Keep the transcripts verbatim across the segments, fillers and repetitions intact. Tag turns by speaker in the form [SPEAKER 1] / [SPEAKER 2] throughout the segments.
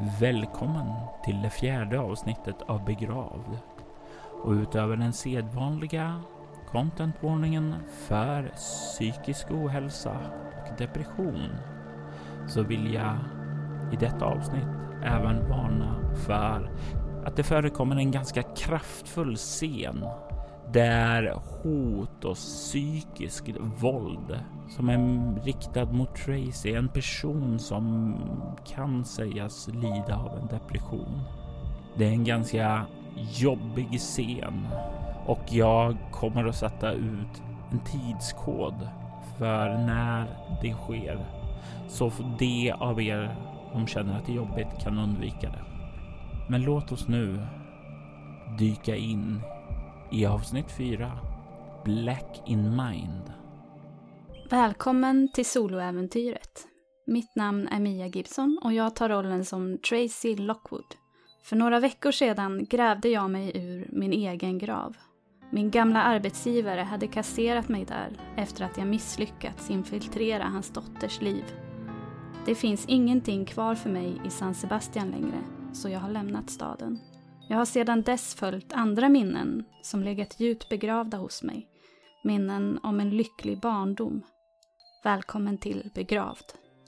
[SPEAKER 1] Välkommen till det fjärde avsnittet av Begravd. Och utöver den sedvanliga contentvarningen för psykisk ohälsa och depression så vill jag i detta avsnitt även varna för att det förekommer en ganska kraftfull scen där hot och psykisk våld som är riktad mot Tracy, en person som kan sägas lida av en depression. Det är en ganska jobbig scen och jag kommer att sätta ut en tidskod för när det sker. Så för de av er som känner att det är jobbigt kan undvika det. Men låt oss nu dyka in i avsnitt fyra, Black in Mind.
[SPEAKER 2] Välkommen till soloäventyret. Mitt namn är Mia Gibson och jag tar rollen som Tracy Lockwood. För några veckor sedan grävde jag mig ur min egen grav. Min gamla arbetsgivare hade kasserat mig där efter att jag misslyckats infiltrera hans dotters liv. Det finns ingenting kvar för mig i San Sebastian längre, så jag har lämnat staden. Jag har sedan dess följt andra minnen som legat djupt begravda hos mig. Minnen om en lycklig barndom. Välkommen till Begravd.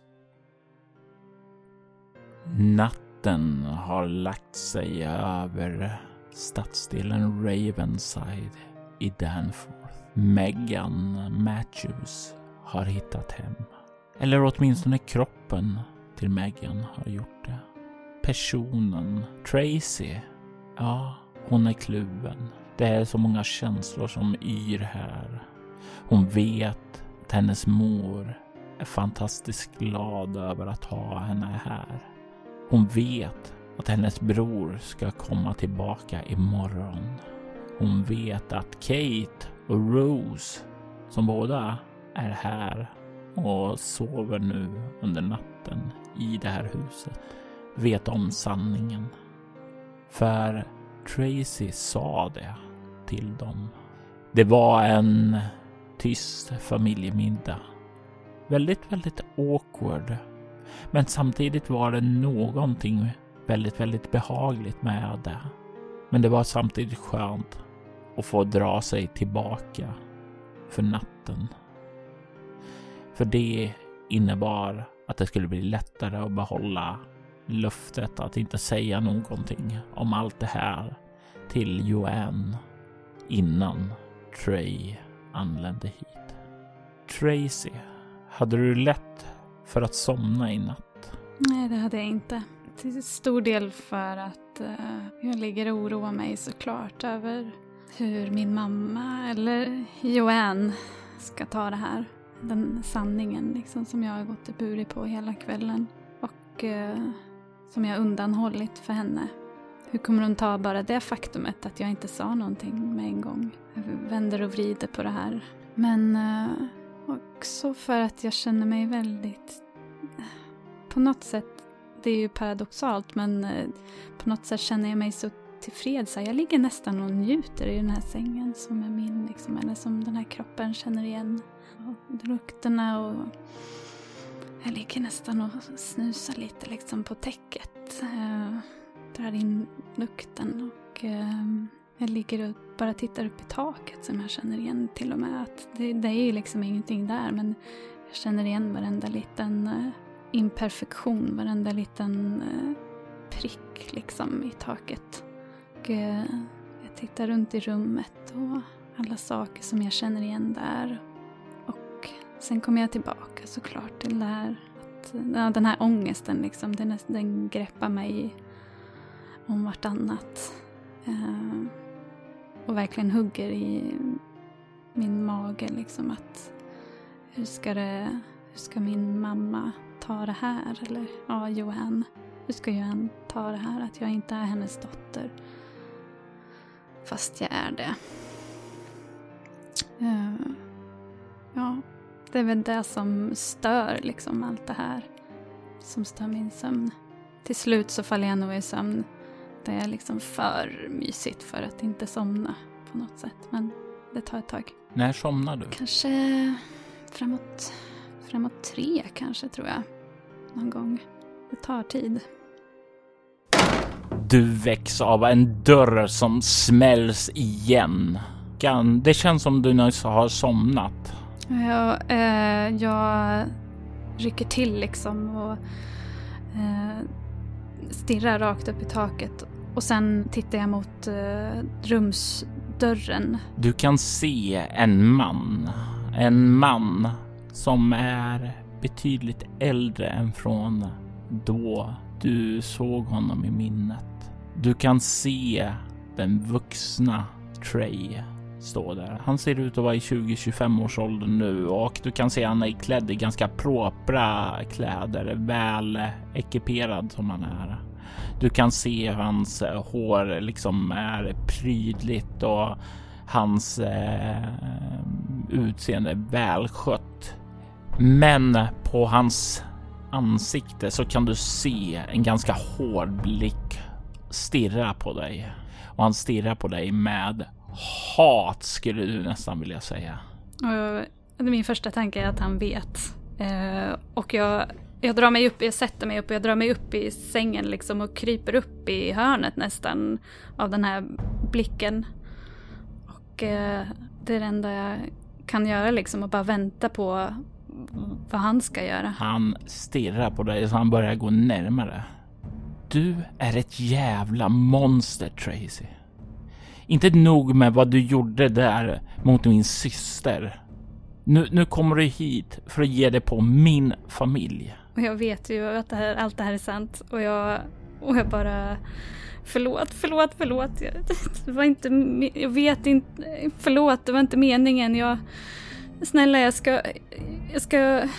[SPEAKER 1] Natten har lagt sig över stadsdelen Ravenside i Danforth. Megan Matthews har hittat hem. Eller åtminstone kroppen till Megan har gjort det. Personen, Tracy, ja, hon är kluven. Det är så många känslor som yr här. Hon vet att hennes mor är fantastiskt glad över att ha henne här. Hon vet att hennes bror ska komma tillbaka imorgon. Hon vet att Kate och Rose, som båda är här och sover nu under natten i det här huset, vet om sanningen. För Tracy sa det till dem. Det var en tyst familjemiddag. Väldigt, väldigt awkward. Men samtidigt var det någonting väldigt, väldigt behagligt med det. Men det var samtidigt skönt att få dra sig tillbaka för natten. För det innebar att det skulle bli lättare att behålla löftet att inte säga någonting om allt det här till Joanne innan Trey anlände hit. Tracy, hade du lätt för att somna i natt?
[SPEAKER 2] Nej, det hade jag inte. Till stor del för att uh, jag ligger och oroar mig såklart över hur min mamma eller Joanne ska ta det här. Den sanningen liksom, som jag har gått i buri på hela kvällen och uh, som jag undanhållit för henne. Hur kommer hon ta bara det faktumet att jag inte sa någonting med en gång? Jag vänder och vrider på det här. Men uh, också för att jag känner mig väldigt... På något sätt, det är ju paradoxalt, men uh, på något sätt känner jag mig så tillfreds. Jag ligger nästan och njuter i den här sängen som är min, liksom, eller som den här kroppen känner igen. Och lukterna och... Jag ligger nästan och snusar lite liksom på täcket. Uh, drar in lukten och uh, jag ligger och bara tittar upp i taket som jag känner igen till och med. Att det, det är ju liksom ingenting där, men jag känner igen varenda liten uh, imperfektion, varenda liten uh, prick liksom i taket. Och uh, jag tittar runt i rummet och alla saker som jag känner igen där. Sen kommer jag tillbaka såklart till det här. Att, ja, den här ångesten liksom, den, den greppar mig om vartannat. Eh, och verkligen hugger i min mage liksom, att hur ska det, hur ska min mamma ta det här? Eller ja, Joanne. Hur ska Joanne ta det här? Att jag inte är hennes dotter. Fast jag är det. Eh, ja. Det är väl det som stör liksom allt det här. Som stör min sömn. Till slut så faller jag nog i sömn. Det är liksom för mysigt för att inte somna på något sätt. Men det tar ett tag.
[SPEAKER 1] När somnar du?
[SPEAKER 2] Kanske framåt, framåt tre kanske tror jag. Någon gång. Det tar tid.
[SPEAKER 1] Du väcks av en dörr som smälls igen. Det känns som du nyss har somnat.
[SPEAKER 2] Ja, eh, jag rycker till liksom och eh, stirrar rakt upp i taket. Och sen tittar jag mot eh, rumsdörren.
[SPEAKER 1] Du kan se en man. En man som är betydligt äldre än från då du såg honom i minnet. Du kan se den vuxna Trey stå där. Han ser ut att vara i tjugo till tjugofem års ålder nu och du kan se att han är klädd i ganska propra kläder, väl ekiperad som han är. Du kan se hur hans hår liksom är prydligt och hans eh, utseende är välskött. Men på hans ansikte så kan du se en ganska hård blick stirra på dig. Och han stirrar på dig med hat, skulle du nästan vilja säga.
[SPEAKER 2] Och min första tanke är att han vet. Eh, och jag, jag drar mig upp, jag sätter mig upp och jag drar mig upp i sängen liksom och kryper upp i hörnet nästan av den här blicken. Och eh, det är det enda jag kan göra liksom och bara vänta på vad han ska göra.
[SPEAKER 1] Han stirrar på dig så han börjar gå närmare. Du är ett jävla monster, Tracy. Inte nog med vad du gjorde där mot min syster. Nu, nu kommer du hit för att ge dig på min familj.
[SPEAKER 2] Och jag vet ju att det här, allt det här är sant. Och jag, och jag bara... Förlåt, förlåt, förlåt. Jag, det var inte... Jag vet inte... Förlåt, det var inte meningen. Jag... Snälla, jag ska... Jag ska...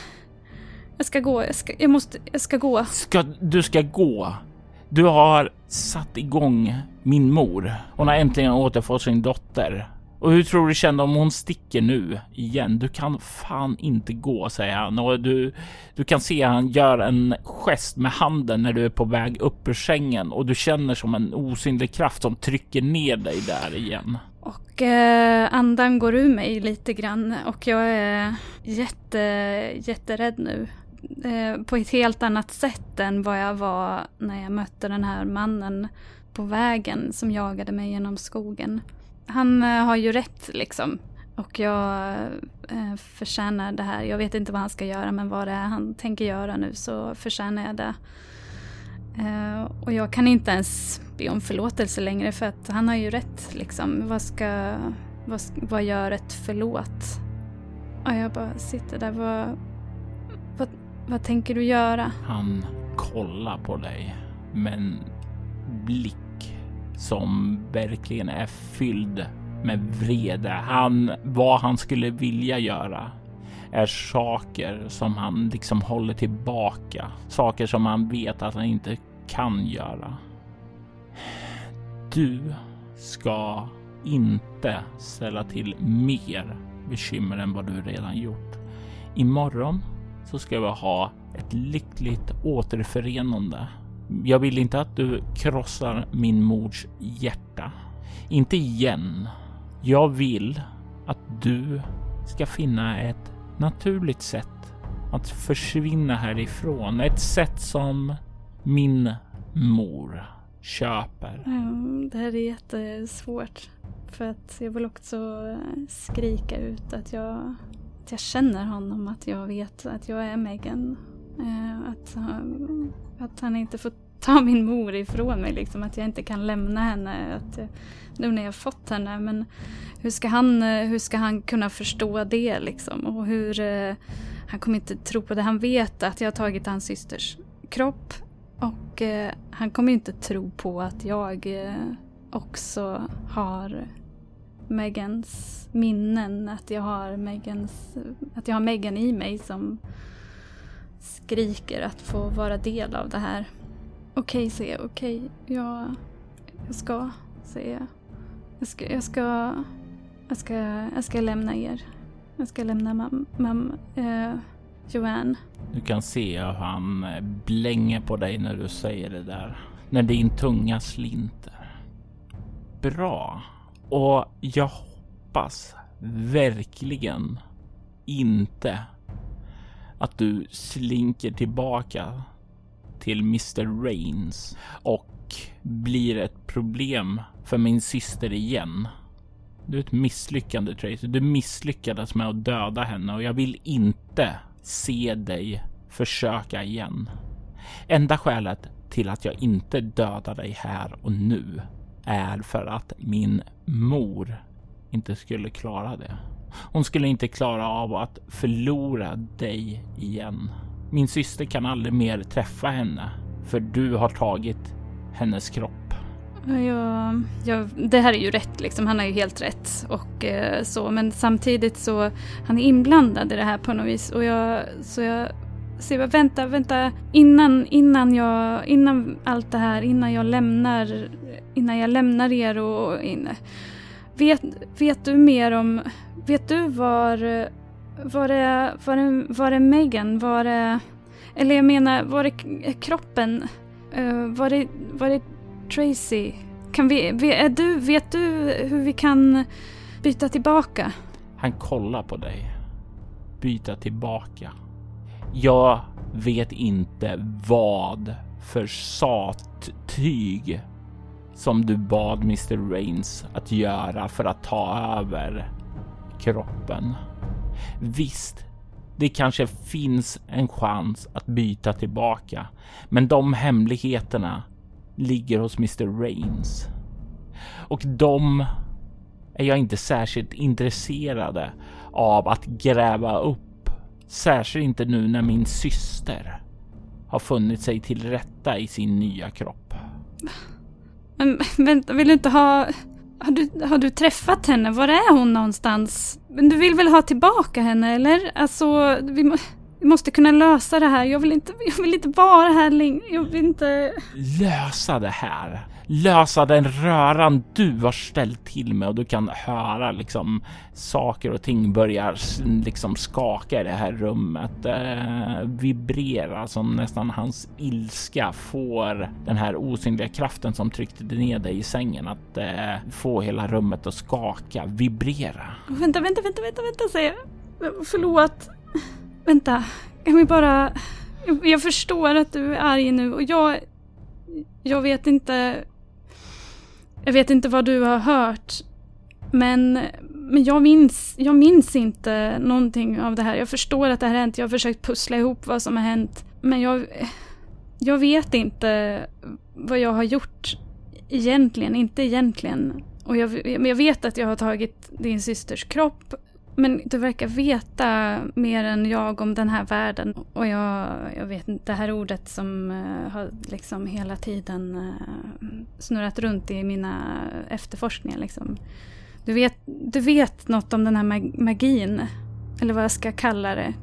[SPEAKER 2] Jag ska gå. Jag ska, jag måste... Jag ska gå.
[SPEAKER 1] Ska, du ska gå? Du har satt igång min mor. Hon har äntligen återfått sin dotter. Och hur tror du kände om hon sticker nu igen? Du kan fan inte gå, säger han. Och du, du kan se att han gör en gest med handen när du är på väg upp ur sängen. Och du känner som en osynlig kraft som trycker ner dig där igen.
[SPEAKER 2] Och eh, andan går ur mig lite grann. Och jag är jätte, jätterädd nu. Eh, på ett helt annat sätt än vad jag var när jag mötte den här mannen på vägen som jagade mig genom skogen. Han eh, har ju rätt liksom. Och jag eh, förtjänar det här. Jag vet inte vad han ska göra, men vad det är han tänker göra nu så förtjänar jag det. Eh, och jag kan inte ens be om förlåtelse längre för att han har ju rätt liksom. Vad ska, vad, vad gör ett förlåt? Och jag bara sitter där. Vad, vad, vad tänker du göra?
[SPEAKER 1] Han kollar på dig med en blick som verkligen är fylld med vrede. Han, vad han skulle vilja göra är saker som han liksom håller tillbaka. Saker som han vet att han inte kan göra. Du ska inte ställa till mer bekymmer än vad du redan gjort. Imorgon så ska vi ha ett lyckligt återförenande. Jag vill inte att du krossar min mors hjärta. Inte igen. Jag vill att du ska finna ett naturligt sätt att försvinna härifrån. Ett sätt som min mor köper.
[SPEAKER 2] Mm, det här är jättesvårt. För att jag vill också skrika ut att jag, att jag känner honom. Att jag vet att jag är Megan. Att, att han inte får ta min mor ifrån mig. Liksom, att jag inte kan lämna henne. Att, nu när jag har fått henne. Men hur ska han, hur ska han kunna förstå det? Liksom? Och hur, han kommer inte tro på det. Han vet att jag har tagit hans systers kropp. Och eh, han kommer inte tro på att jag eh, också har Megans minnen. Att jag har Megans, att jag har Megan i mig som skriker att få vara del av det här. Okej, säger jag. Okej, jag, jag ska, säger jag. Jag ska, jag ska, jag ska, jag ska lämna er. Jag ska lämna mam, mam, eh, Joanne.
[SPEAKER 1] Du kan se hur han blänger på dig när du säger det där. När din tunga slinter. Bra. Och jag hoppas verkligen inte att du slinker tillbaka till mister Rains och blir ett problem för min syster igen. Du är ett misslyckande, Tracy. Du misslyckades med att döda henne och jag vill inte se dig försöka igen. Enda skälet till att jag inte dödar dig här och nu är för att min mor inte skulle klara det. Hon skulle inte klara av att förlora dig igen. Min syster kan aldrig mer träffa henne för du har tagit hennes kropp.
[SPEAKER 2] Ja, ja, det här är ju rätt liksom. Han har ju helt rätt och eh, så, men samtidigt så han är inblandad i det här på något vis och jag så jag säger vänta, vänta innan innan jag innan allt det här, innan jag lämnar innan jag lämnar er och in, vet vet du mer om vet du var var det var det var det Megan var det eller jag menar var det kroppen uh, var det var det Tracy, kan vi, är du, vet du hur vi kan byta tillbaka?
[SPEAKER 1] Han kollar på dig. Byta tillbaka. Jag vet inte vad för sattyg som du bad mister Rains att göra för att ta över kroppen. Visst, det kanske finns en chans att byta tillbaka, men de hemligheterna ligger hos mister Rains. Och de är jag inte särskilt intresserade av att gräva upp. Särskilt inte nu när min syster har funnit sig till rätta i sin nya kropp.
[SPEAKER 2] Men vänta, vill du inte ha... Har du, har du träffat henne? Var är hon någonstans? Men du vill väl ha tillbaka henne, eller? Alltså, vi, må, vi måste kunna lösa det här. Jag vill inte, jag vill inte vara här längre. Jag vill inte...
[SPEAKER 1] Lösa det här? Lösa den röran du har ställt till med, och du kan höra liksom saker och ting börjar liksom skaka i det här rummet, eh, vibrera som nästan hans ilska får den här osynliga kraften som tryckte ner dig i sängen att eh, få hela rummet att skaka, vibrera.
[SPEAKER 2] Vänta, vänta, vänta, vänta, vänta, säger jag. Förlåt. Vänta, kan vi bara... Jag, jag förstår att du är arg nu och jag... Jag vet inte... Jag vet inte vad du har hört. Men, men jag, minns, jag minns inte någonting av det här. Jag förstår att det här har hänt. Jag har försökt pussla ihop vad som har hänt. Men jag, jag vet inte vad jag har gjort egentligen. Inte egentligen. Och jag, jag vet att jag har tagit din systers kropp. Men du verkar veta mer än jag om den här världen. Och jag, jag vet inte, det här ordet som uh, har liksom hela tiden uh, snurrat runt i mina efterforskningar. Liksom. Du vet, du vet något om den här mag- magin. Eller vad jag ska kalla det.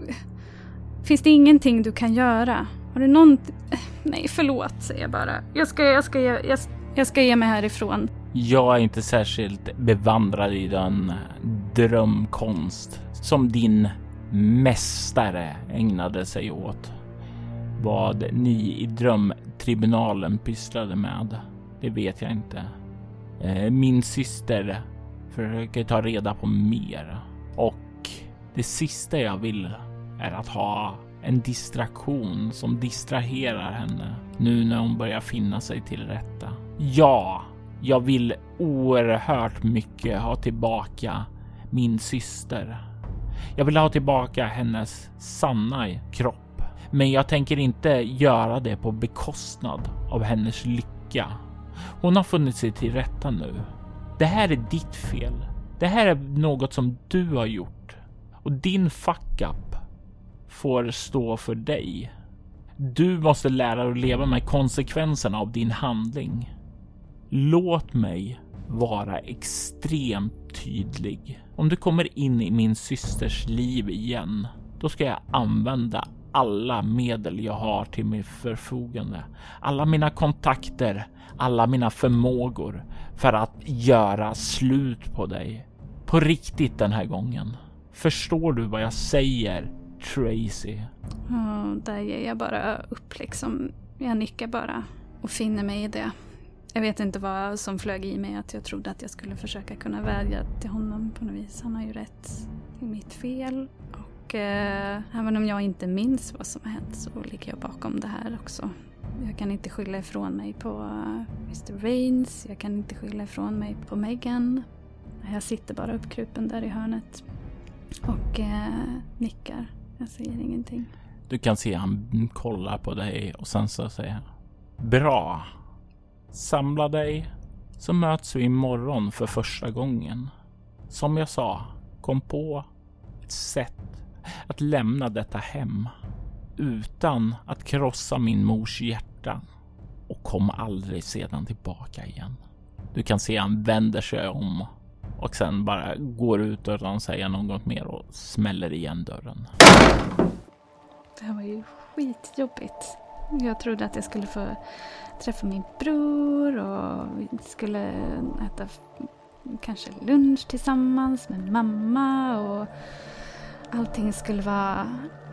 [SPEAKER 2] Finns det ingenting du kan göra? Har du någon... Nej, förlåt, säger jag bara. Jag ska, jag ska, jag, jag, jag ska ge mig härifrån.
[SPEAKER 1] Jag är inte särskilt bevandrad i den drömkonst som din mästare ägnade sig åt. Vad ni i drömtribunalen pysslade med, det vet jag inte. Min syster försöker ta reda på mer. Och det sista jag vill är att ha en distraktion som distraherar henne nu när hon börjar finna sig till rätta. Ja, jag vill oerhört mycket ha tillbaka min syster. Jag vill ha tillbaka hennes sanna kropp. Men jag tänker inte göra det på bekostnad av hennes lycka. Hon har funnit sig till rätta nu. Det här är ditt fel. Det här är något som du har gjort. Och din fuck up får stå för dig. Du måste lära dig att leva med konsekvenserna av din handling. Låt mig vara extremt tydlig. Om du kommer in i min systers liv igen, då ska jag använda alla medel jag har till mitt förfogande. Alla mina kontakter, alla mina förmågor för att göra slut på dig. På riktigt den här gången. Förstår du vad jag säger, Tracy?
[SPEAKER 2] Ja, där ger jag bara upp liksom. Jag nickar bara och finner mig i det. Jag vet inte vad som flög i mig, att jag trodde att jag skulle försöka kunna vädja till honom på något vis. Han har ju rätt. Det är mitt fel. Och eh, även om jag inte minns vad som har hänt så ligger jag bakom det här också. Jag kan inte skylla ifrån mig på mister Rains. Jag kan inte skylla ifrån mig på Megan. Jag sitter bara uppkrupen där i hörnet. Och eh, nickar. Jag säger ingenting.
[SPEAKER 1] Du kan se han kollar på dig och sen så säger han: bra. Samla dig så möts vi imorgon för första gången. Som jag sa, kom på ett sätt att lämna detta hem utan att krossa min mors hjärta och kom aldrig sedan tillbaka igen. Du kan se han vänder sig om och sen bara går ut utan att säga något mer och smäller igen dörren.
[SPEAKER 2] Det här var ju skitjobbigt. Jag trodde att jag skulle få träffa min bror och vi skulle äta kanske lunch tillsammans med mamma och allting skulle vara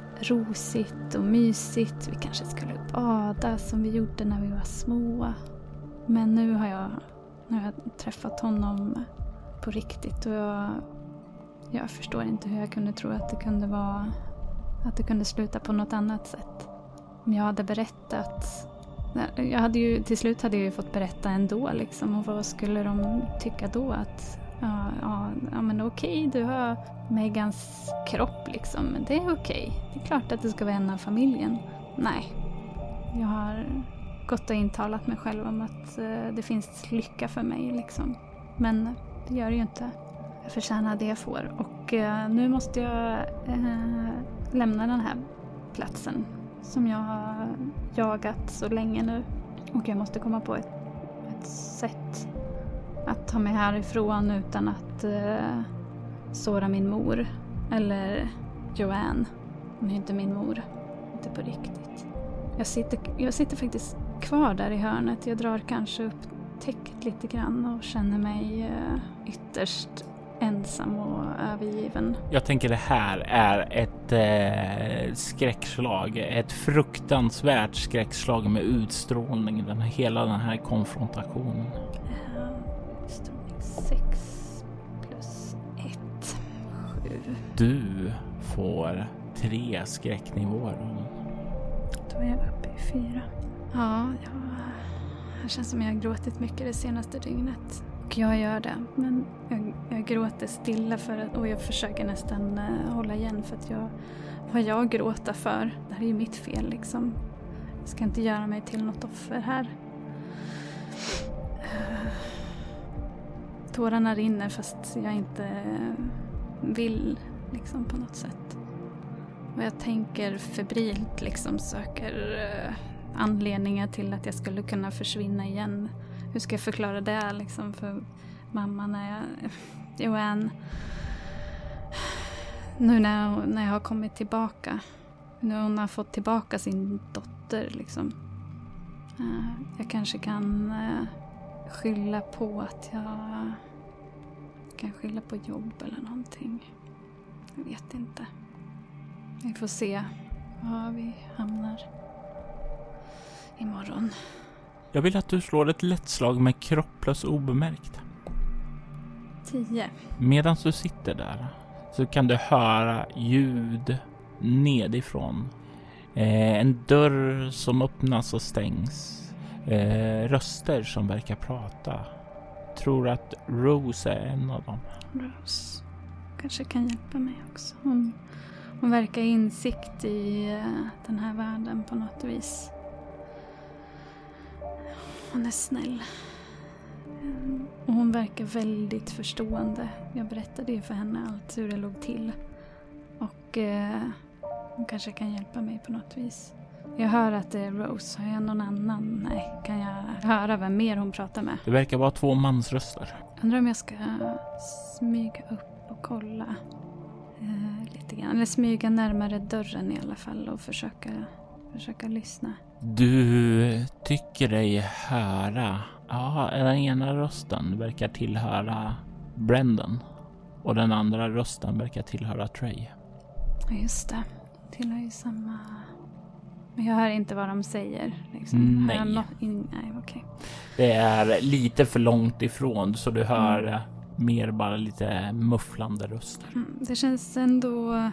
[SPEAKER 2] rosigt och mysigt. Vi kanske skulle bada som vi gjorde när vi var små. Men nu har jag, nu har jag träffat honom på riktigt och jag, jag förstår inte hur jag kunde tro att det kunde vara att det kunde sluta på något annat sätt. Om jag hade berättat, jag hade ju till slut hade jag ju fått berätta ändå liksom, och vad skulle de tycka då att ja, ja, ja men okej, du har Megans kropp liksom, men det är okej. Det är klart att det ska vara en av familjen. Nej. Jag har gått och intalat mig själv om att eh, det finns lycka för mig liksom. Men det gör det ju inte. Jag förtjänar det jag får. Och eh, nu måste jag eh, lämna den här platsen som jag har jagat så länge nu. Och jag måste komma på ett, ett sätt att ta mig härifrån utan att eh, såra min mor. Eller Joanne. Hon är inte min mor. Inte på riktigt. Jag sitter, jag sitter faktiskt kvar där i hörnet. Jag drar kanske upp täcket lite grann och känner mig eh, ytterst ensam och övergiven.
[SPEAKER 1] Jag tänker det här är ett eh, skräckslag. Ett fruktansvärt skräckslag med utstrålning. Den, hela den här konfrontationen.
[SPEAKER 2] Uh, utstrålning sex plus ett. sju.
[SPEAKER 1] Du får tre skräcknivåer.
[SPEAKER 2] Då är jag uppe i fyra. Ja, jag, det känns som jag har gråtit mycket det senaste dygnet. Och jag gör det, men jag, jag gråter stilla för att, och jag försöker nästan uh, hålla igen för att jag, vad jag gråter för, det här är ju mitt fel liksom. Jag ska inte göra mig till något offer här. Uh, tårarna rinner fast jag inte vill liksom på något sätt. Och jag tänker febrilt liksom, söker uh, anledningar till att jag skulle kunna försvinna igen. Hur ska jag förklara det liksom för mamma när jag... Joanne. Nu när jag, när jag har kommit tillbaka. Nu hon har fått tillbaka sin dotter liksom. Uh, jag kanske kan uh, skylla på att jag... kan skylla på jobb eller någonting. Jag vet inte. Vi får se var vi hamnar imorgon.
[SPEAKER 1] Jag vill att du slår ett lätt slag med kropp plus obemärkt.
[SPEAKER 2] Tio.
[SPEAKER 1] Medan du sitter där så kan du höra ljud nedifrån. Eh, en dörr som öppnas och stängs. Eh, röster som verkar prata. Tror att Rose är en av dem.
[SPEAKER 2] Rose kanske kan hjälpa mig också. Hon, hon verkar insikt i uh, den här världen på något vis. Hon är snäll. Um, och hon verkar väldigt förstående. Jag berättade ju för henne allt hur det låg till. Och uh, hon kanske kan hjälpa mig på något vis. Jag hör att det är Rose. Har jag någon annan? Nej, kan jag höra vem mer hon pratar med?
[SPEAKER 1] Det verkar vara två mansröster.
[SPEAKER 2] Undrar om jag ska smyga upp och kolla eh, lite grann. Eller smyga närmare dörren i alla fall och försöka, försöka lyssna.
[SPEAKER 1] Du tycker dig höra... Ja, den ena rösten verkar tillhöra Brendan. Och den andra rösten verkar tillhöra Trey.
[SPEAKER 2] Ja, just det. Tillhör ju samma... Men jag hör inte vad de säger. Liksom.
[SPEAKER 1] Nej.
[SPEAKER 2] No... In... Nej, okej. Okay.
[SPEAKER 1] Det är lite för långt ifrån så du hör mm. mer bara lite mufflande röster.
[SPEAKER 2] Mm, det känns ändå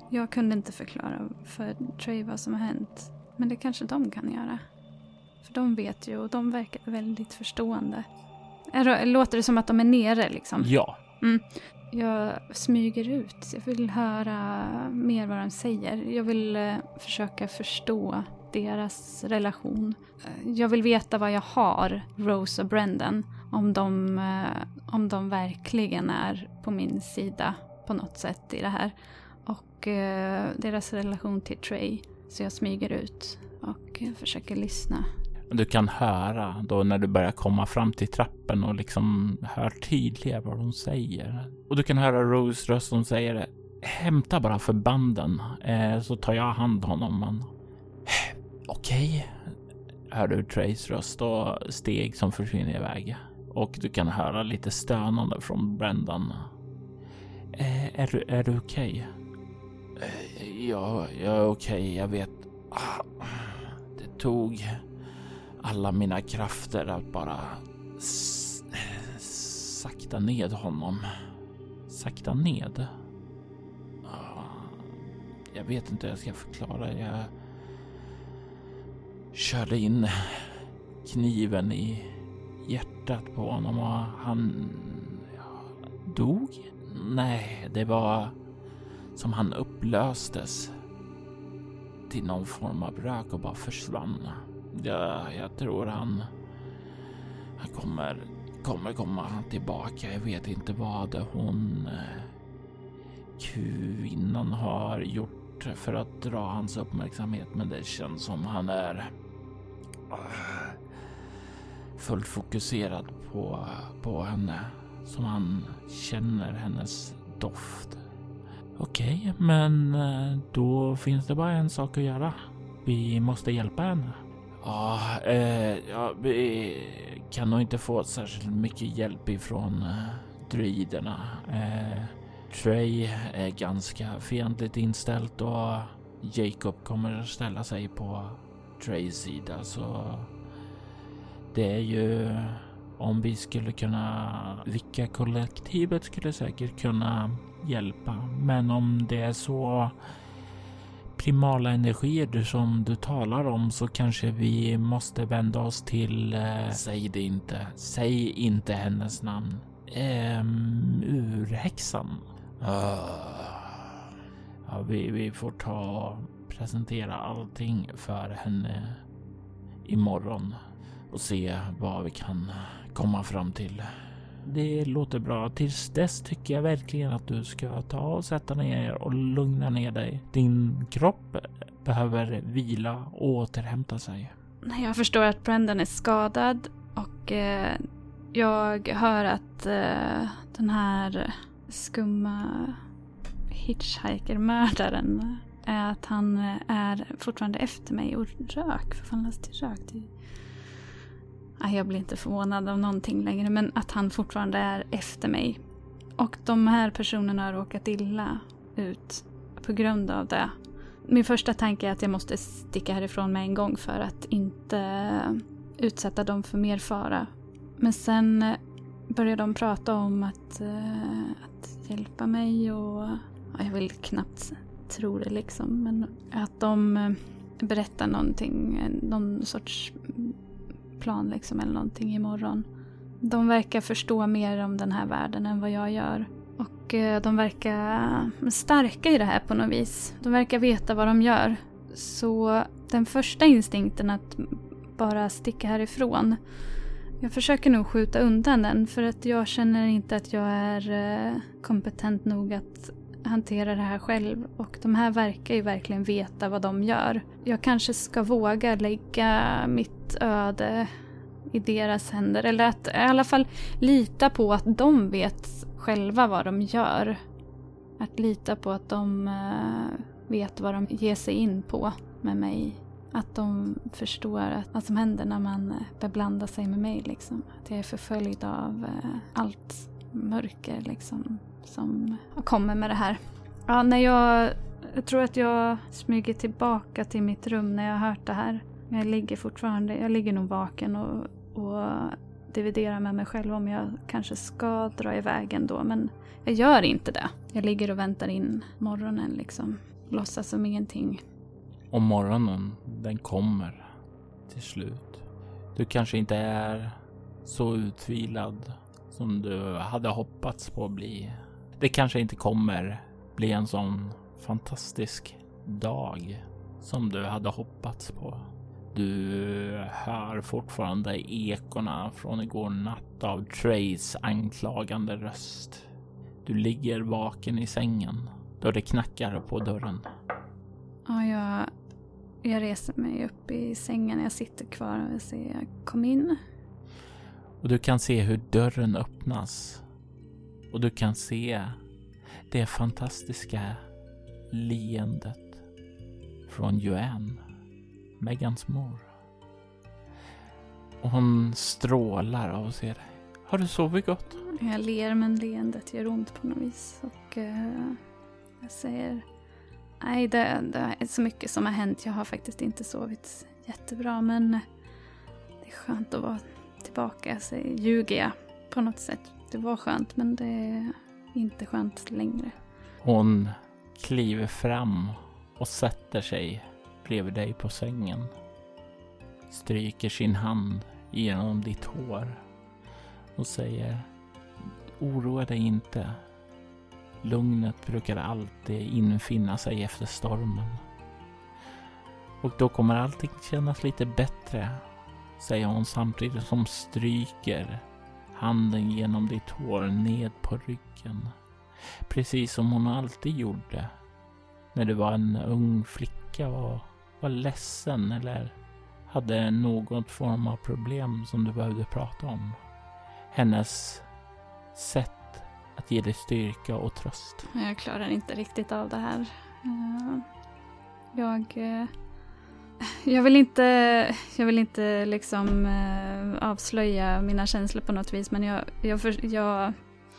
[SPEAKER 2] Jag kunde inte förklara för Trey vad som har hänt. Men det kanske de kan göra. För de vet ju och de verkar väldigt förstående. Är, låter det som att de är nere liksom?
[SPEAKER 1] Ja.
[SPEAKER 2] Mm. Jag smyger ut. Jag vill höra mer vad de säger. Jag vill eh, försöka förstå deras relation. Jag vill veta vad jag har, Rose och Brendan. Om de, eh, om de verkligen är på min sida på något sätt i det här. Och eh, deras relation till Trey. Så jag smyger ut och eh, försöker lyssna.
[SPEAKER 1] Du kan höra då när du börjar komma fram till trappen och liksom hör tydligare vad de säger. Och du kan höra Rose röst som säger: hämta bara förbanden eh, så tar jag hand om honom. Man. Okej. Hör du Treys röst och steg som försvinner iväg. Och du kan höra lite stönande från Brendan. Eh, är du, är du okej? Eh, ja, jag är okej. Jag vet. Ah, det tog alla mina krafter att bara s- sakta ned honom. Sakta ned? Jag vet inte hur jag ska förklara. Jag körde in kniven i hjärtat på honom och han ja, dog. Nej, det var som han upplöstes till någon form av rök och bara försvann. Ja, jag tror han, han kommer, kommer komma tillbaka. Jag vet inte vad hon kvinnan har gjort för att dra hans uppmärksamhet, men det känns som han är fullt fokuserad på, på henne, som han känner hennes doft. Okej, men då finns det bara en sak att göra. Vi måste hjälpa henne. Ja, eh, ja, vi kan nog inte få särskilt mycket hjälp ifrån eh, druiderna. Eh, Trey är ganska fientligt inställt och Jacob kommer ställa sig på Treys sida, så det är ju, om vi skulle kunna, vilka kollektivet skulle säkert kunna hjälpa, men om det är så primala energier som du talar om, så kanske vi måste vända oss till, eh, säg det inte, säg inte hennes namn, ehm, urhäxan. Uh, ja, vi, vi får ta och presentera allting för henne imorgon och se vad vi kan komma fram till. Det låter bra. Tills dess tycker jag verkligen att du ska ta och sätta ner och lugna ner dig. Din kropp behöver vila och återhämta sig.
[SPEAKER 2] Jag förstår att Brendan är skadad och eh, jag hör att eh, den här skumma hitchhiker-mördaren är att han är fortfarande efter mig och rök. Förvandlas till rök. Det... Nej, jag blir inte förvånad av någonting längre, men att han fortfarande är efter mig. Och de här personerna har råkat illa ut på grund av det. Min första tanke är att jag måste sticka härifrån med en gång för att inte utsätta dem för mer fara. Men sen börjar de prata om att, att hjälpa mig och ja, jag vill knappt tro det liksom. Men att de berättar någonting, någon sorts plan liksom eller någonting imorgon. De verkar förstå mer om den här världen än vad jag gör. Och eh, de verkar starka i det här på något vis. De verkar veta vad de gör. Så den första instinkten att bara sticka härifrån. Jag försöker nog skjuta undan den för att jag känner inte att jag är eh, kompetent nog att hantera det här själv. Och de här verkar ju verkligen veta vad de gör. Jag kanske ska våga lägga mitt öde i deras händer. Eller att i alla fall lita på att de vet själva vad de gör. Att lita på att de uh, vet vad de ger sig in på med mig. Att de förstår att, vad som händer när man beblandar sig med mig. Liksom. Att jag är förföljd av uh, allt mörker liksom, som kommer med det här. Ja, när jag, jag tror att jag smyger tillbaka till mitt rum när jag har hört det här. Men jag ligger fortfarande, jag ligger nog vaken och, och dividerar med mig själv om jag kanske ska dra iväg ändå. Men jag gör inte det. Jag ligger och väntar in morgonen liksom. låtsas som ingenting.
[SPEAKER 1] Och morgonen, den kommer till slut. Du kanske inte är så utvilad som du hade hoppats på att bli. Det kanske inte kommer bli en sån fantastisk dag som du hade hoppats på. Du hör fortfarande ekorna från igår natt av Treys anklagande röst. Du ligger vaken i sängen då det knackar på dörren.
[SPEAKER 2] Ja, jag, jag reser mig upp i sängen. Jag sitter kvar och säger kom in.
[SPEAKER 1] Och du kan se hur dörren öppnas. Och du kan se det fantastiska leendet från Joanne, Megans mor. Och hon strålar av att se dig. Har du sovit gott?
[SPEAKER 2] Jag ler, men leendet gör ont på något vis. Och uh, jag säger nej, det, det är så mycket som har hänt. Jag har faktiskt inte sovit jättebra, men det är skönt att vara tillbaka. Så ljuger jag på något sätt. Det var skönt, men det är inte skönt längre.
[SPEAKER 1] Hon kliver fram och sätter sig bredvid dig på sängen. Stryker sin hand genom ditt hår och säger: oroa dig inte. Lugnet brukar alltid infinna sig efter stormen. Och då kommer allting kännas lite bättre, säger hon samtidigt som stryker handen genom ditt hår ned på ryggen. Precis som hon alltid gjorde när du var en ung flicka och var ledsen eller hade något form av problem som du behövde prata om. Hennes sätt att ge dig styrka och tröst.
[SPEAKER 2] Jag klarar inte riktigt av det här. Jag... Jag vill inte, jag vill inte liksom avslöja mina känslor på något vis, men jag, jag, jag,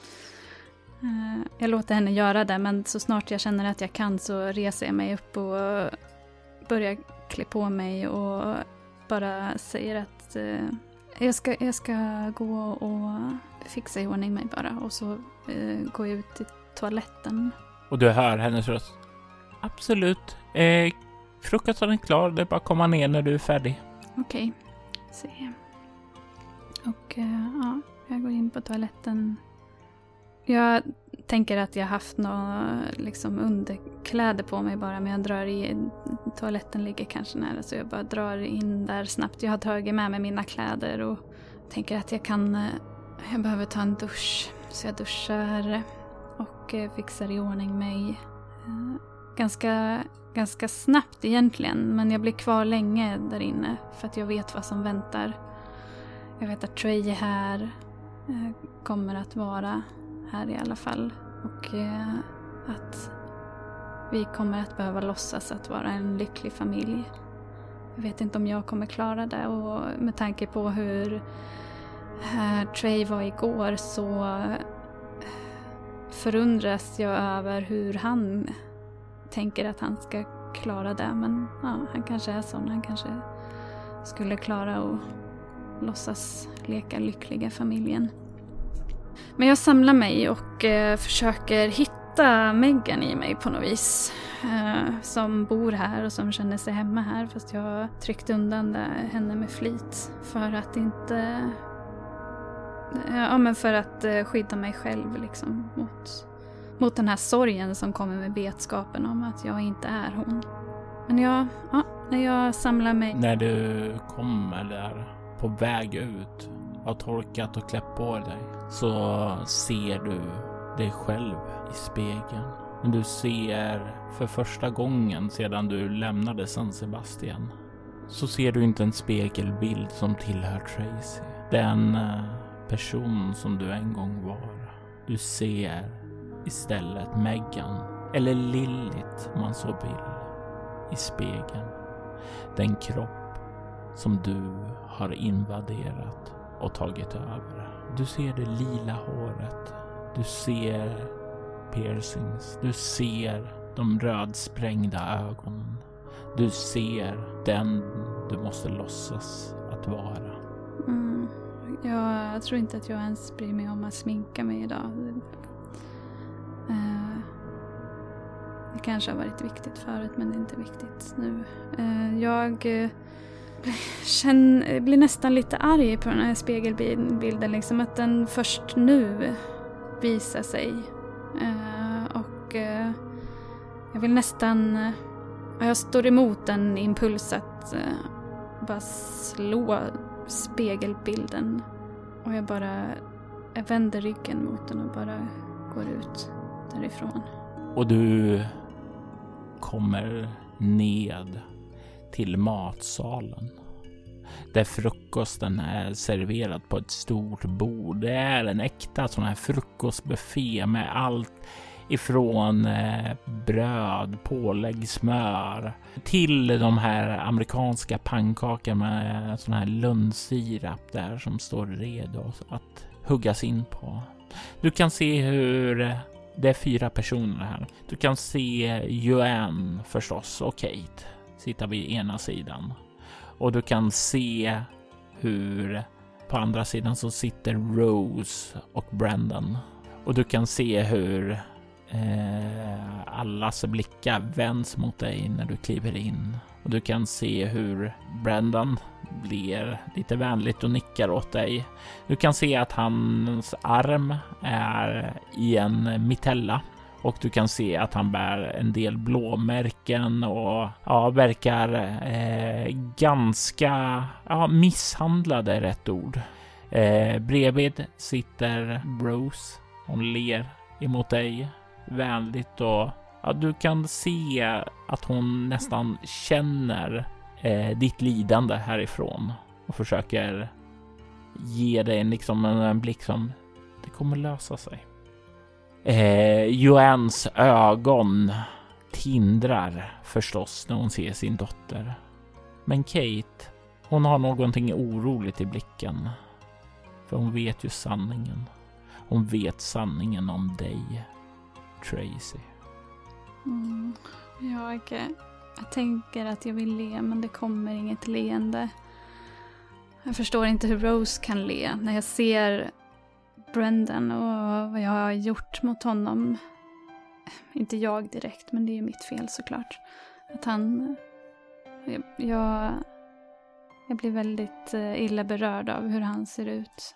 [SPEAKER 2] jag låter henne göra det, men så snart jag känner att jag kan så reser jag mig upp och börjar klä på mig och bara säger att jag ska, jag ska gå och fixa i ordning mig bara, och så går jag ut till toaletten. Och
[SPEAKER 1] du hör hennes röst. Absolut. Eh, frukosten är klar, det är bara att komma ner när du är färdig.
[SPEAKER 2] Okej, se. Och ja, jag går in på toaletten. Jag tänker att jag haft några liksom underkläder på mig bara, men jag drar i, toaletten ligger kanske nära, så jag bara drar in där snabbt. Jag har tagit med mig mina kläder och tänker att jag kan, jag behöver ta en dusch, så jag duschar och fixar i ordning mig. Ganska, ganska snabbt egentligen, men jag blir kvar länge där inne för att jag vet vad som väntar. Jag vet att Trey är här, kommer att vara här i alla fall, och eh, att vi kommer att behöva låtsas att vara en lycklig familj. Jag vet inte om jag kommer klara det, och med tanke på hur eh, Trey var igår så förundras jag över hur han tänker att han ska klara det, men ja, han kanske är sån, han kanske skulle klara att låtsas leka lyckliga familjen. Men jag samlar mig och eh, försöker hitta Megan i mig på något vis. Eh, som bor här och som känner sig hemma här. Fast jag har tryckt undan det, henne med flit. För att inte... Ja, men för att eh, skydda mig själv liksom. Mot, mot den här sorgen som kommer med vetskapen om att jag inte är hon. Men jag, ja, när jag samlar mig...
[SPEAKER 1] När du kommer där på väg ut... har torkat och klätt på dig, så ser du dig själv i spegeln. Men du ser för första gången sedan du lämnade San Sebastian, så ser du inte en spegelbild som tillhör Tracy. Den person som du en gång var. Du ser istället Megan, eller Lilith om man så vill, i spegeln. Den kropp som du har invaderat och tagit över. Du ser det lila håret. Du ser piercings. Du ser de rödsprängda ögonen. Du ser den du måste låtsas att vara.
[SPEAKER 2] Mm. Jag, jag tror inte att jag ens bryr mig om att sminka mig idag. Uh, Det kanske har varit viktigt förut, men det är inte viktigt nu. Eh, jag eh, känner, blir nästan lite arg på den här spegelbilden. Liksom att den först nu visar sig. Eh, och eh, jag vill nästan... Eh, jag står emot en impuls att eh, bara slå spegelbilden. Och jag bara... Jag vänder ryggen mot den och bara går ut därifrån.
[SPEAKER 1] Och du kommer ned till matsalen. Där frukosten är serverad på ett stort bord. Det är en äkta sån här frukostbuffé med allt ifrån eh, bröd, pålägg, smör till de här amerikanska pannkakor med sån här lönnsirap där som står redo att huggas in på. Du kan se hur det är fyra personer här. Du kan se Joanne förstås och Kate sitta vid ena sidan. Och du kan se hur på andra sidan så sitter Rose och Brandon. Och du kan se hur eh, allas blickar vänds mot dig när du kliver in. Och du kan se hur Brandon blir lite vänligt och nickar åt dig. Du kan se att hans arm är i en mitella. Och du kan se att han bär en del blåmärken och ja, verkar eh, ganska ja, misshandlade är rätt ord. Eh, bredvid sitter Rose. Hon ler emot dig vänligt och ja, du kan se att hon nästan känner eh, ditt lidande härifrån och försöker ge dig en, liksom, en, en blick som det kommer lösa sig. Eh, Joannes ögon tindrar förstås när hon ser sin dotter. Men Kate, hon har någonting oroligt i blicken. För hon vet ju sanningen. Hon vet sanningen om dig, Tracy.
[SPEAKER 2] Mm, jag, jag tänker att jag vill le, men det kommer inget leende. Jag förstår inte hur Rose kan le när jag ser Brandon och vad jag har gjort mot honom. Inte jag direkt, men det är ju mitt fel såklart. Att han... Jag, jag, jag blir väldigt illa berörd av hur han ser ut.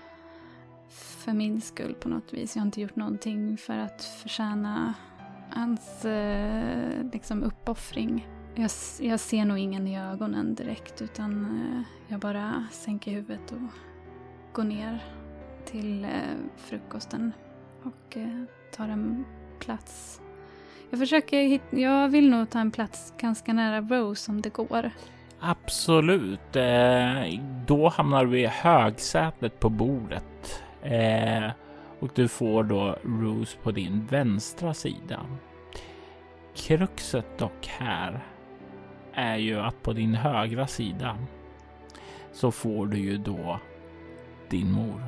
[SPEAKER 2] För min skull på något vis. Jag har inte gjort någonting för att förtjäna hans eh, liksom uppoffring. Jag, jag ser nog ingen i ögonen direkt, utan eh, jag bara sänker huvudet och går ner till eh, frukosten och eh, tar en plats. Jag försöker hit- jag vill nog ta en plats ganska nära Rose om det går.
[SPEAKER 1] Absolut. Eh, då hamnar vi i högsätet på bordet. Eh, och du får då Rose på din vänstra sida. Kruxet dock här är ju att på din högra sida så får du ju då din mor.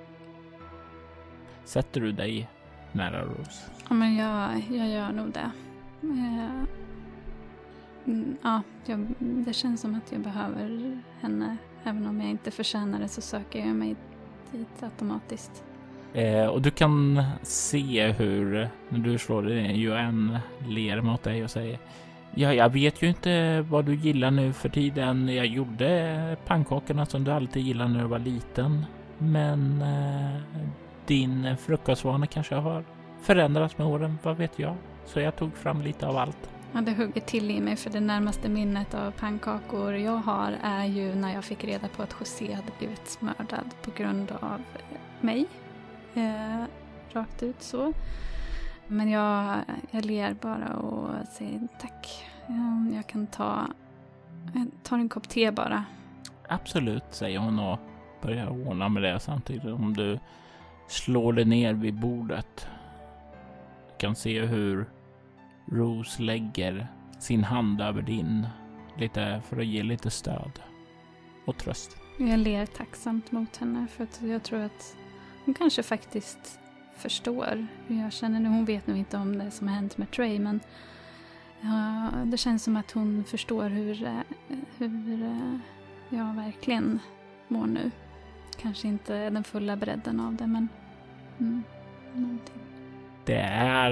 [SPEAKER 1] Sätter du dig nära Rose?
[SPEAKER 2] Ja, men jag, jag gör nog det. Eh, mm, ja, jag, det känns som att jag behöver henne. Även om jag inte förtjänar det så söker jag mig dit automatiskt.
[SPEAKER 1] Eh, och du kan se hur, när du slår dig, Joanne ler mot dig och säger: ja, jag vet ju inte vad du gillar nu för tiden. Jag gjorde pannkakorna som du alltid gillade när du var liten. Men eh, din frukostvana kanske har förändrats med åren, vad vet jag. Så jag tog fram lite av allt.
[SPEAKER 2] Ja, det hugger till i mig, för det närmaste minnet av pannkakor jag har är ju när jag fick reda på att José hade blivit mördad på grund av mig. Eh, rakt ut så. Men jag, jag ler bara och säger tack. Jag, jag kan ta, jag tar en kopp te bara.
[SPEAKER 1] Absolut, säger hon och börjar ordna med det samtidigt om du slår dig ner vid bordet. Du kan se hur Rose lägger sin hand över din, lite för att ge lite stöd och tröst.
[SPEAKER 2] Jag ler tacksamt mot henne, för att jag tror att hon kanske faktiskt förstår hur jag känner nu. Hon vet nog inte om det som har hänt med Trey, men ja, det känns som att hon förstår hur, hur jag verkligen mår nu. Kanske inte den fulla bredden av det, men mm, någonting.
[SPEAKER 1] Det är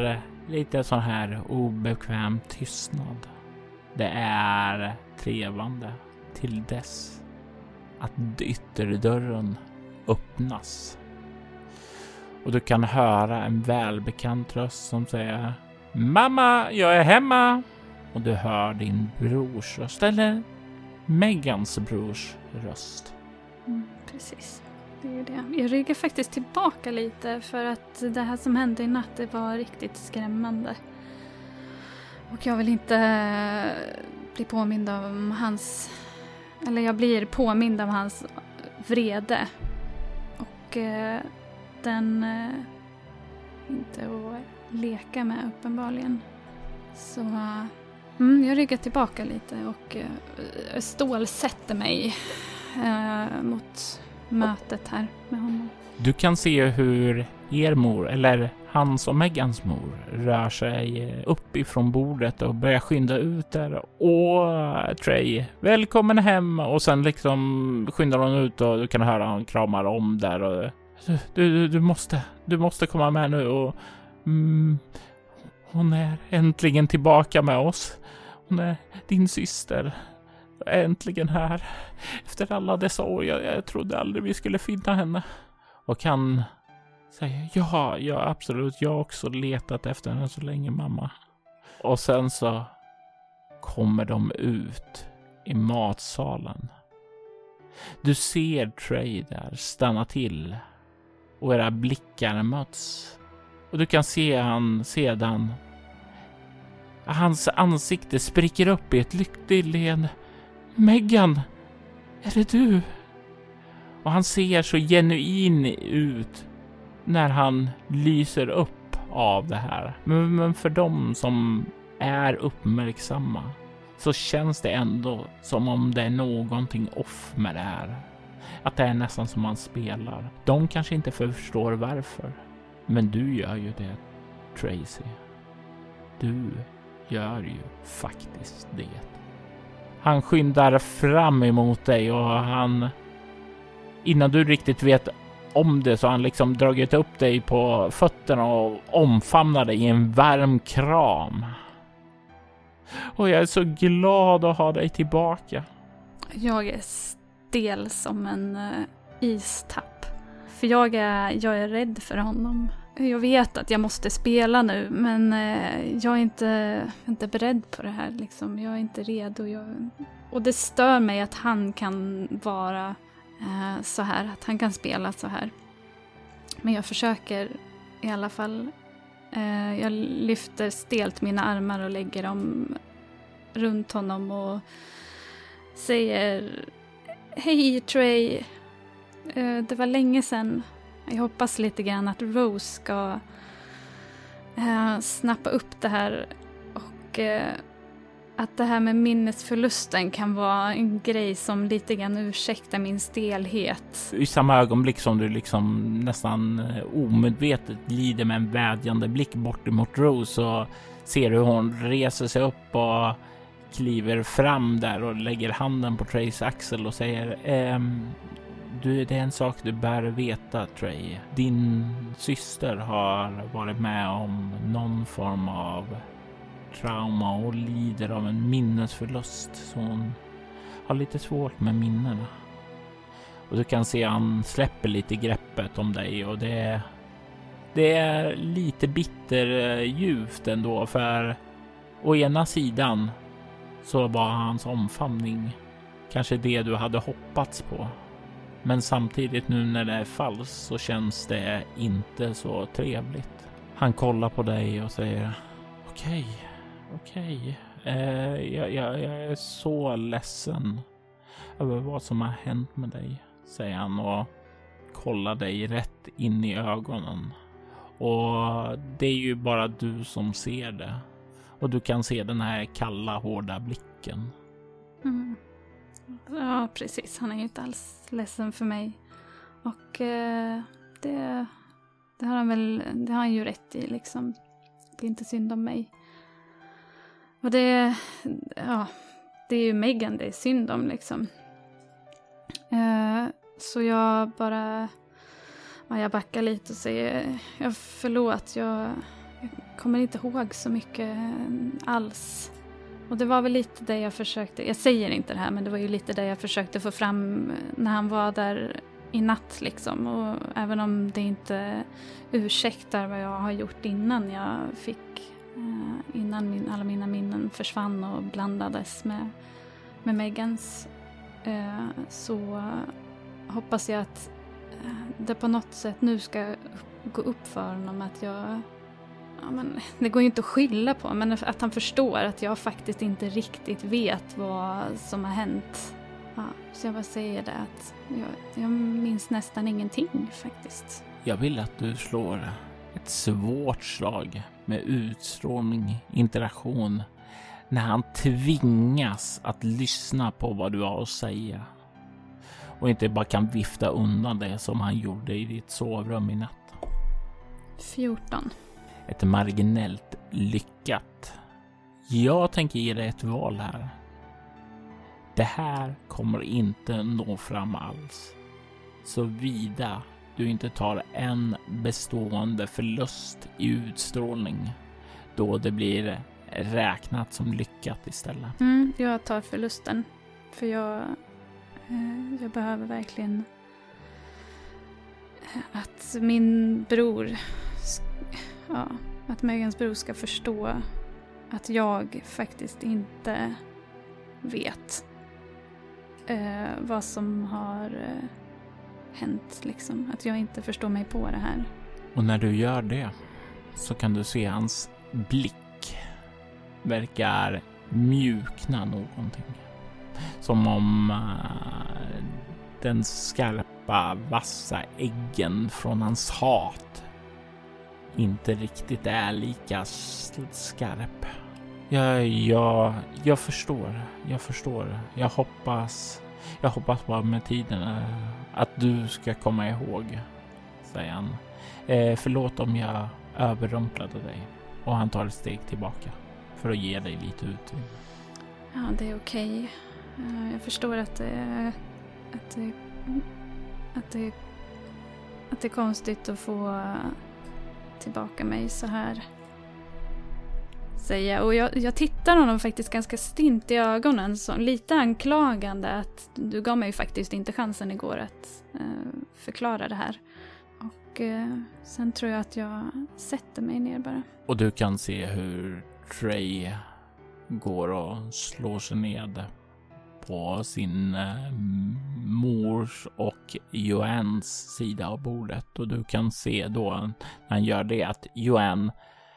[SPEAKER 1] lite sån här obekväm tystnad. Det är trevande till dess att ytterdörren öppnas. Och du kan höra en välbekant röst som säger: Mamma, jag är hemma! Och du hör din brors röst, eller Megans brors röst.
[SPEAKER 2] Mm, precis, det är ju det. Jag ryggar faktiskt tillbaka lite för att det här som hände i natt, det var riktigt skrämmande. Och jag vill inte bli påmind om hans... Eller jag blir påmind av hans vrede. Och eh, den... Eh, inte att leka med uppenbarligen. Så... Mm, jag ryggar tillbaka lite och eh, stålsätter mig eh, mot mötet här med honom.
[SPEAKER 1] Du kan se hur er mor, eller hans och Megans mor, rör sig upp ifrån bordet och börjar skynda ut där. Åh, Trey, välkommen hem! Och sen liksom skyndar hon ut och du kan höra hon kramar om där. Och, du, du, du, måste, du måste komma med nu och... Mm, hon är äntligen tillbaka med oss. Hon är din syster. Äntligen här. Efter alla dessa år. Jag, jag trodde aldrig vi skulle finna henne. Och han säger: Ja, ja absolut. Jag har också letat efter henne så länge, mamma. Och sen så kommer de ut i matsalen. Du ser Trey där stanna till. Och era blickar möts. Och du kan se han sedan. Hans ansikte spricker upp i ett lyckligt leende. Megan, är det du? Och han ser så genuin ut när han lyser upp av det här. Men, men för dem som är uppmärksamma så känns det ändå som om det är någonting off med det här. Att det är nästan som man spelar. De kanske inte förstår varför. Men du gör ju det, Tracy. Du gör ju faktiskt det. Han skyndar fram emot dig och han... Innan du riktigt vet om det så har han liksom dragit upp dig på fötterna och omfamnar dig i en varm kram. Och jag är så glad att ha dig tillbaka.
[SPEAKER 2] Jag är stel som en uh, istapp. För jag är, jag är rädd för honom. Jag vet att jag måste spela nu, men uh, jag är inte, inte beredd på det här. Liksom. Jag är inte redo. Jag... Och det stör mig att han kan vara uh, så här. Att han kan spela så här. Men jag försöker i alla fall. Uh, jag lyfter stelt mina armar och lägger dem runt honom och säger: Hej Trey, uh, det var länge sedan. Jag hoppas lite grann att Rose ska uh, snappa upp det här och uh, att det här med minnesförlusten kan vara en grej som lite grann ursäktar min stelhet.
[SPEAKER 1] I samma ögonblick som du liksom nästan omedvetet glider med en vädjande blick bort emot Rose så ser du hur hon reser sig upp och kliver fram där och lägger handen på Treys axel och säger: ehm, du, det är en sak du bör veta, Trey. Din syster har varit med om någon form av trauma och lider av en minnesförlust, så hon har lite svårt med minnena. Och du kan se han släpper lite greppet om dig och det, det är lite bitterljuvt ändå, för å ena sidan så var hans omfamning kanske det du hade hoppats på. Men samtidigt nu när det är falskt så känns det inte så trevligt. Han kollar på dig och säger: Okej, okej. Eh, jag, jag, jag är så ledsen över vad som har hänt med dig, säger han och kollar dig rätt in i ögonen. Och det är ju bara du som ser det. Och du kan se den här kalla, hårda blicken.
[SPEAKER 2] Mm. Ja, precis. Han är ju inte alls ledsen för mig. Och eh, det, det har han väl, det har han ju rätt i liksom. Det är inte synd om mig. Och det, ja, det är ju Megan det är synd om liksom. Eh, så jag bara, ja, jag backar lite och säger: jag förlåt, jag, jag kommer inte ihåg så mycket alls. Och det var väl lite det jag försökte, jag säger inte det här, men det var ju lite det jag försökte få fram när han var där i natt liksom. Och även om det inte ursäktar vad jag har gjort innan jag fick, eh, innan min, alla mina minnen försvann och blandades med, med Megans, eh, så hoppas jag att eh, det på något sätt nu ska gå upp för honom att jag, ja, men det går ju inte att skylla på, men att han förstår att jag faktiskt inte riktigt vet vad som har hänt. Ja, så jag bara säger det att jag, jag minns nästan ingenting faktiskt.
[SPEAKER 1] Jag vill att du slår ett svårt slag med utstrålning, interaktion, när han tvingas att lyssna på vad du har att säga och inte bara kan vifta undan det som han gjorde i ditt sovrum i natt.
[SPEAKER 2] fjorton.
[SPEAKER 1] Ett marginellt lyckat. Jag tänker ge dig ett val här. Det här kommer inte nå fram alls. Såvida du inte tar en bestående förlust i utstrålning, då det blir räknat som lyckat istället.
[SPEAKER 2] Mm, jag tar förlusten. För jag, eh, jag behöver verkligen att min bror, ja, att Megans bror ska förstå att jag faktiskt inte vet eh, vad som har eh, hänt liksom. Att jag inte förstår mig på det här.
[SPEAKER 1] Och när du gör det så kan du se hans blick verkar mjukna någonting. Som om uh, den skarpa, vassa äggen från hans hat inte riktigt är lika skarp. Jag, jag, jag förstår, jag förstår. Jag hoppas, jag hoppas bara med tiden att du ska komma ihåg, säger han. Eh, förlåt om jag överrumplade dig. Och han tar ett steg tillbaka för att ge dig lite utrymme.
[SPEAKER 2] Ja, det är okej. Jag förstår att det, att det, att det, att det är konstigt att få tillbaka mig så här, säger jag. Och jag, jag tittar honom faktiskt ganska stint i ögonen, så lite anklagande att du gav mig faktiskt inte chansen igår att eh, förklara det här. Och eh, sen tror jag att jag sätter mig ner bara.
[SPEAKER 1] Och du kan se hur Trey går och slår sig ned på sin eh, mors och Joannes sida av bordet. Och du kan se då när han gör det att Joanne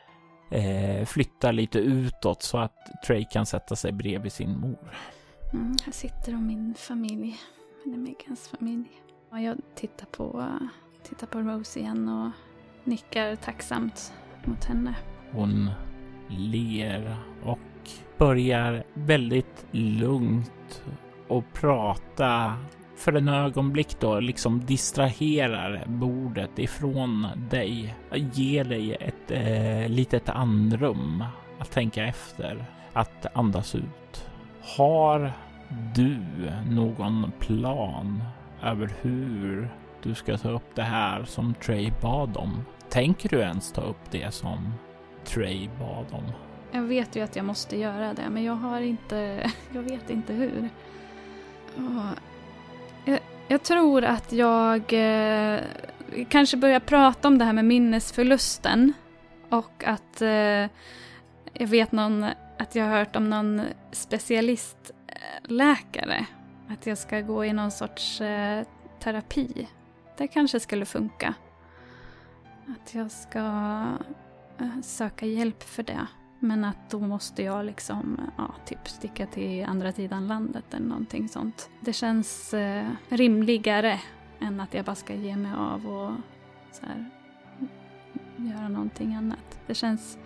[SPEAKER 1] eh, flyttar lite utåt så att Trey kan sätta sig bredvid sin mor.
[SPEAKER 2] Mm, här sitter de min familj, eller Megans familj. Och jag tittar på, tittar på Rose igen och nickar tacksamt mot henne.
[SPEAKER 1] Hon ler och börjar väldigt lugnt och prata för en ögonblick då, liksom distraherar bordet ifrån dig. Ger dig ett eh, litet andrum att tänka efter, att andas ut. Har du någon plan över hur du ska ta upp det här som Trey bad om? Tänker du ens ta upp det som Trey bad om?
[SPEAKER 2] Jag vet ju att jag måste göra det, men jag har inte, jag vet inte hur. Och jag, jag tror att jag eh, kanske börjar prata om det här med minnesförlusten, och att eh, jag vet någon, att jag har hört om någon specialistläkare, att jag ska gå i någon sorts eh, terapi. Det kanske skulle funka. Att jag ska eh, söka hjälp för det. Men att då måste jag liksom, ja, typ sticka till andra sidan landet eller någonting sånt. Det känns eh, rimligare än att jag bara ska ge mig av och så här, göra någonting annat. Det känns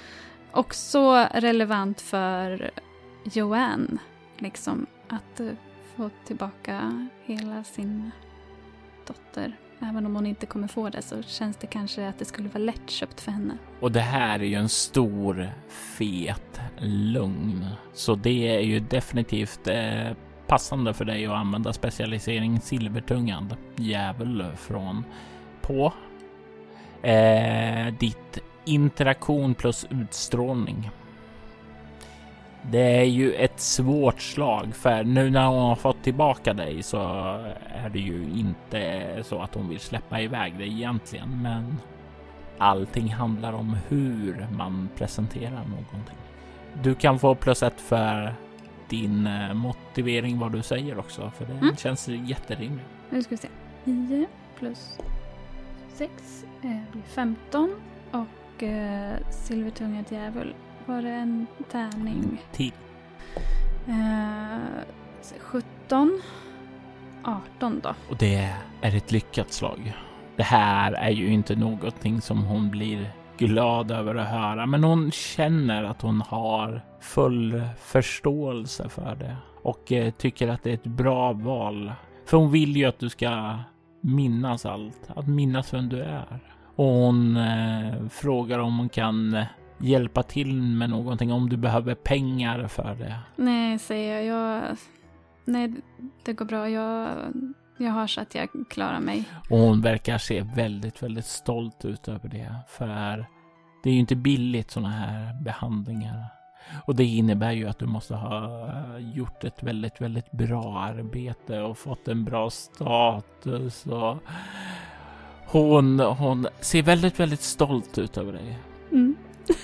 [SPEAKER 2] också relevant för Joanne, liksom, att eh, få tillbaka hela sin dotter. Även om hon inte kommer få det, så känns det kanske att det skulle vara lättköpt för henne.
[SPEAKER 1] Och det här är ju en stor, fet lugn. Så det är ju definitivt eh, passande för dig att använda specialisering silvertungad djävul från på. Eh, ditt interaktion plus utstrålning. Det är ju ett svårt slag, för nu när hon har fått tillbaka dig så är det ju inte så att hon vill släppa iväg dig egentligen, men allting handlar om hur man presenterar någonting. Du kan få plus ett för din motivering vad du säger också, för det mm. känns jätterimligt.
[SPEAKER 2] Nu ska vi se. nio plus sex eh, blir femton och eh, silvertungad djävul var det en tärning
[SPEAKER 1] till.
[SPEAKER 2] Eh, sjutton arton då.
[SPEAKER 1] Och det är ett lyckat slag. Det här är ju inte någonting som hon blir glad över att höra, men hon känner att hon har full förståelse för det och eh, tycker att det är ett bra val. För hon vill ju att du ska minnas allt, att minnas vem du är. Och hon eh, frågar om hon kan hjälpa till med någonting, om du behöver pengar för det.
[SPEAKER 2] Nej, säger jag. jag nej, det går bra. Jag, jag har så att jag klarar mig.
[SPEAKER 1] Och hon verkar se väldigt, väldigt stolt ut över det. För det är ju inte billigt såna här behandlingar. Och det innebär ju att du måste ha gjort ett väldigt, väldigt bra arbete och fått en bra status. Och hon, hon ser väldigt, väldigt stolt ut över dig.
[SPEAKER 2] Mm.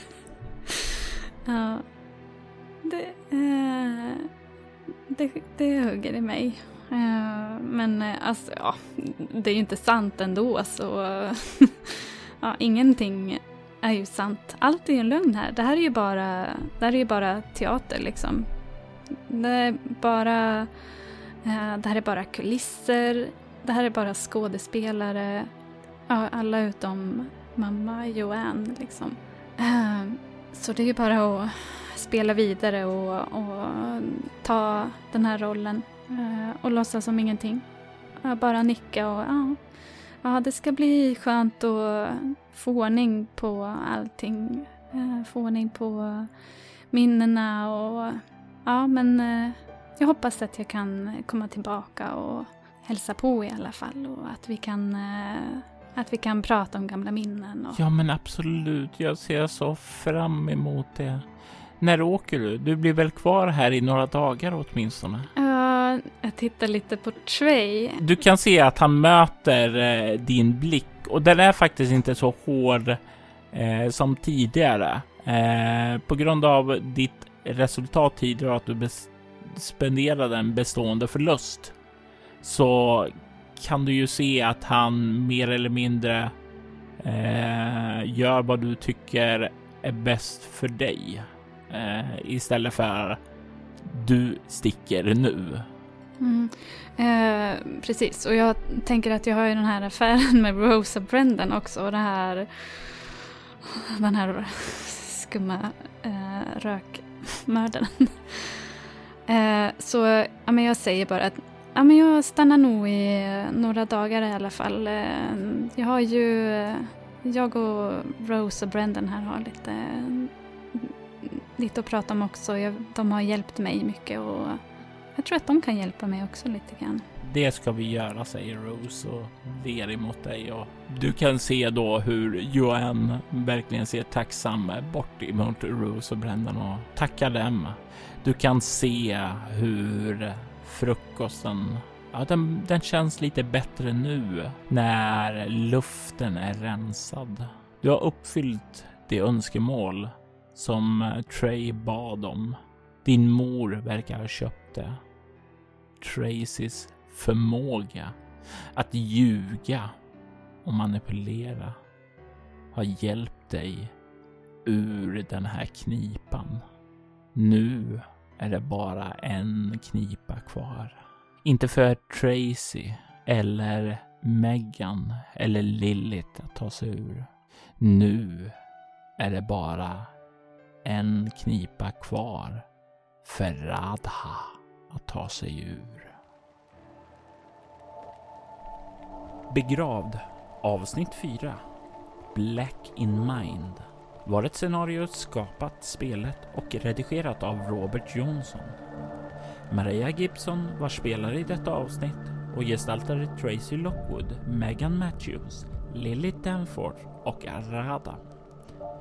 [SPEAKER 2] Ja, det, eh, det, det hugger i mig. Eh, men eh, alltså, ja, det är ju inte sant ändå. Så, ja, ingenting är ju sant. Allt är ju en lögn här. Det här är ju bara, det här är ju bara teater liksom. Det är bara, eh, det här är bara kulisser. Det här är bara skådespelare. Ja, alla utom mamma Joanne liksom. Eh, Så det är ju bara att spela vidare och, och ta den här rollen eh, och låtsas som ingenting. Jag bara nicka och ja, ja, det ska bli skönt att få ordning på allting. Eh, få ordning på minnena och ja, men eh, jag hoppas att jag kan komma tillbaka och hälsa på i alla fall och att vi kan... Eh, Att vi kan prata om gamla minnen. Och...
[SPEAKER 1] Ja, men absolut. Jag ser så fram emot det. När åker du? Du blir väl kvar här i några dagar åtminstone?
[SPEAKER 2] Ja, uh, jag tittar lite på Trey.
[SPEAKER 1] Du kan se att han möter uh, din blick. Och den är faktiskt inte så hård uh, som tidigare. Uh, på grund av ditt resultat tidigare att du bes- spenderade en bestående förlust. Så... kan du ju se att han mer eller mindre eh, gör vad du tycker är bäst för dig. Eh, istället för du sticker nu.
[SPEAKER 2] Mm. Eh, precis, och jag tänker att jag har ju den här affären med Rose och Brendan också. Och det här, den här skumma eh, rökmördaren. eh, så ja, men jag säger bara att ja, men jag stannar nog i några dagar i alla fall. Jag har ju... Jag och Rose och Brendan här har lite, lite att prata om också. Jag, de har hjälpt mig mycket och jag tror att de kan hjälpa mig också lite grann.
[SPEAKER 1] Det ska vi göra, säger Rose och ler emot dig. Och du kan se då hur Joanne verkligen ser tacksam bort emot Rose och Brendan och tackar dem. Du kan se hur... frukosten, ja, den, den känns lite bättre nu när luften är rensad. Du har uppfyllt det önskemål som Trey bad om. Din mor verkar ha köpt det. Tracys förmåga att ljuga och manipulera har hjälpt dig ur den här knipan. Nu är det bara en knipa kvar. Inte för Tracy eller Megan eller Lilith att ta sig ur. Nu är det bara en knipa kvar för Radha att ta sig ur. Begravd, avsnitt fyra. Black in Mind. Var ett scenario skapat, spelet och redigerat av Robert Johnson. Maria Gibson var spelare i detta avsnitt och gestaltade Tracy Lockwood, Megan Matthews, Lily Danforth och Radha.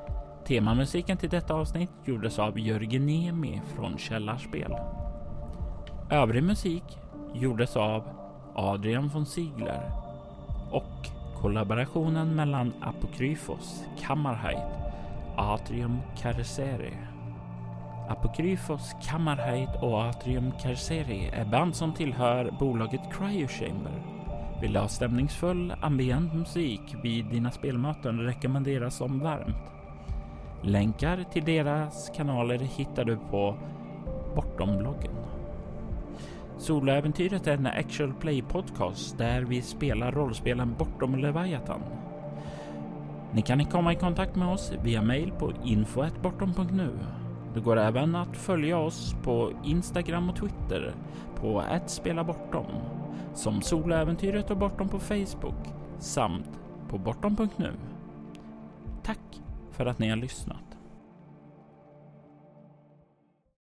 [SPEAKER 1] Temamusiken till detta avsnitt gjordes av Jörgen Niemi från Källarspel. Övrig musik gjordes av Adrian von Ziegler och kollaborationen mellan Apokryfos, Kammarheit, Atrium Carceri. Apokryfos, Kammarheit och Atrium Carceri är band som tillhör bolaget Cryo Chamber. Vill du ha stämningsfull ambient musik vid dina spelmöten rekommenderas som varmt. Länkar till deras kanaler hittar du på Bortom-bloggen. Soloäventyret är en actual play podcast där vi spelar rollspelen Bortom Leviathan. Ni kan komma i kontakt med oss via mail på info at bortom punkt nu. Det går även att följa oss på Instagram och Twitter på att spela bortom, som Soloäventyret och Bortom på Facebook samt på bortom punkt nu. Tack för att ni har lyssnat.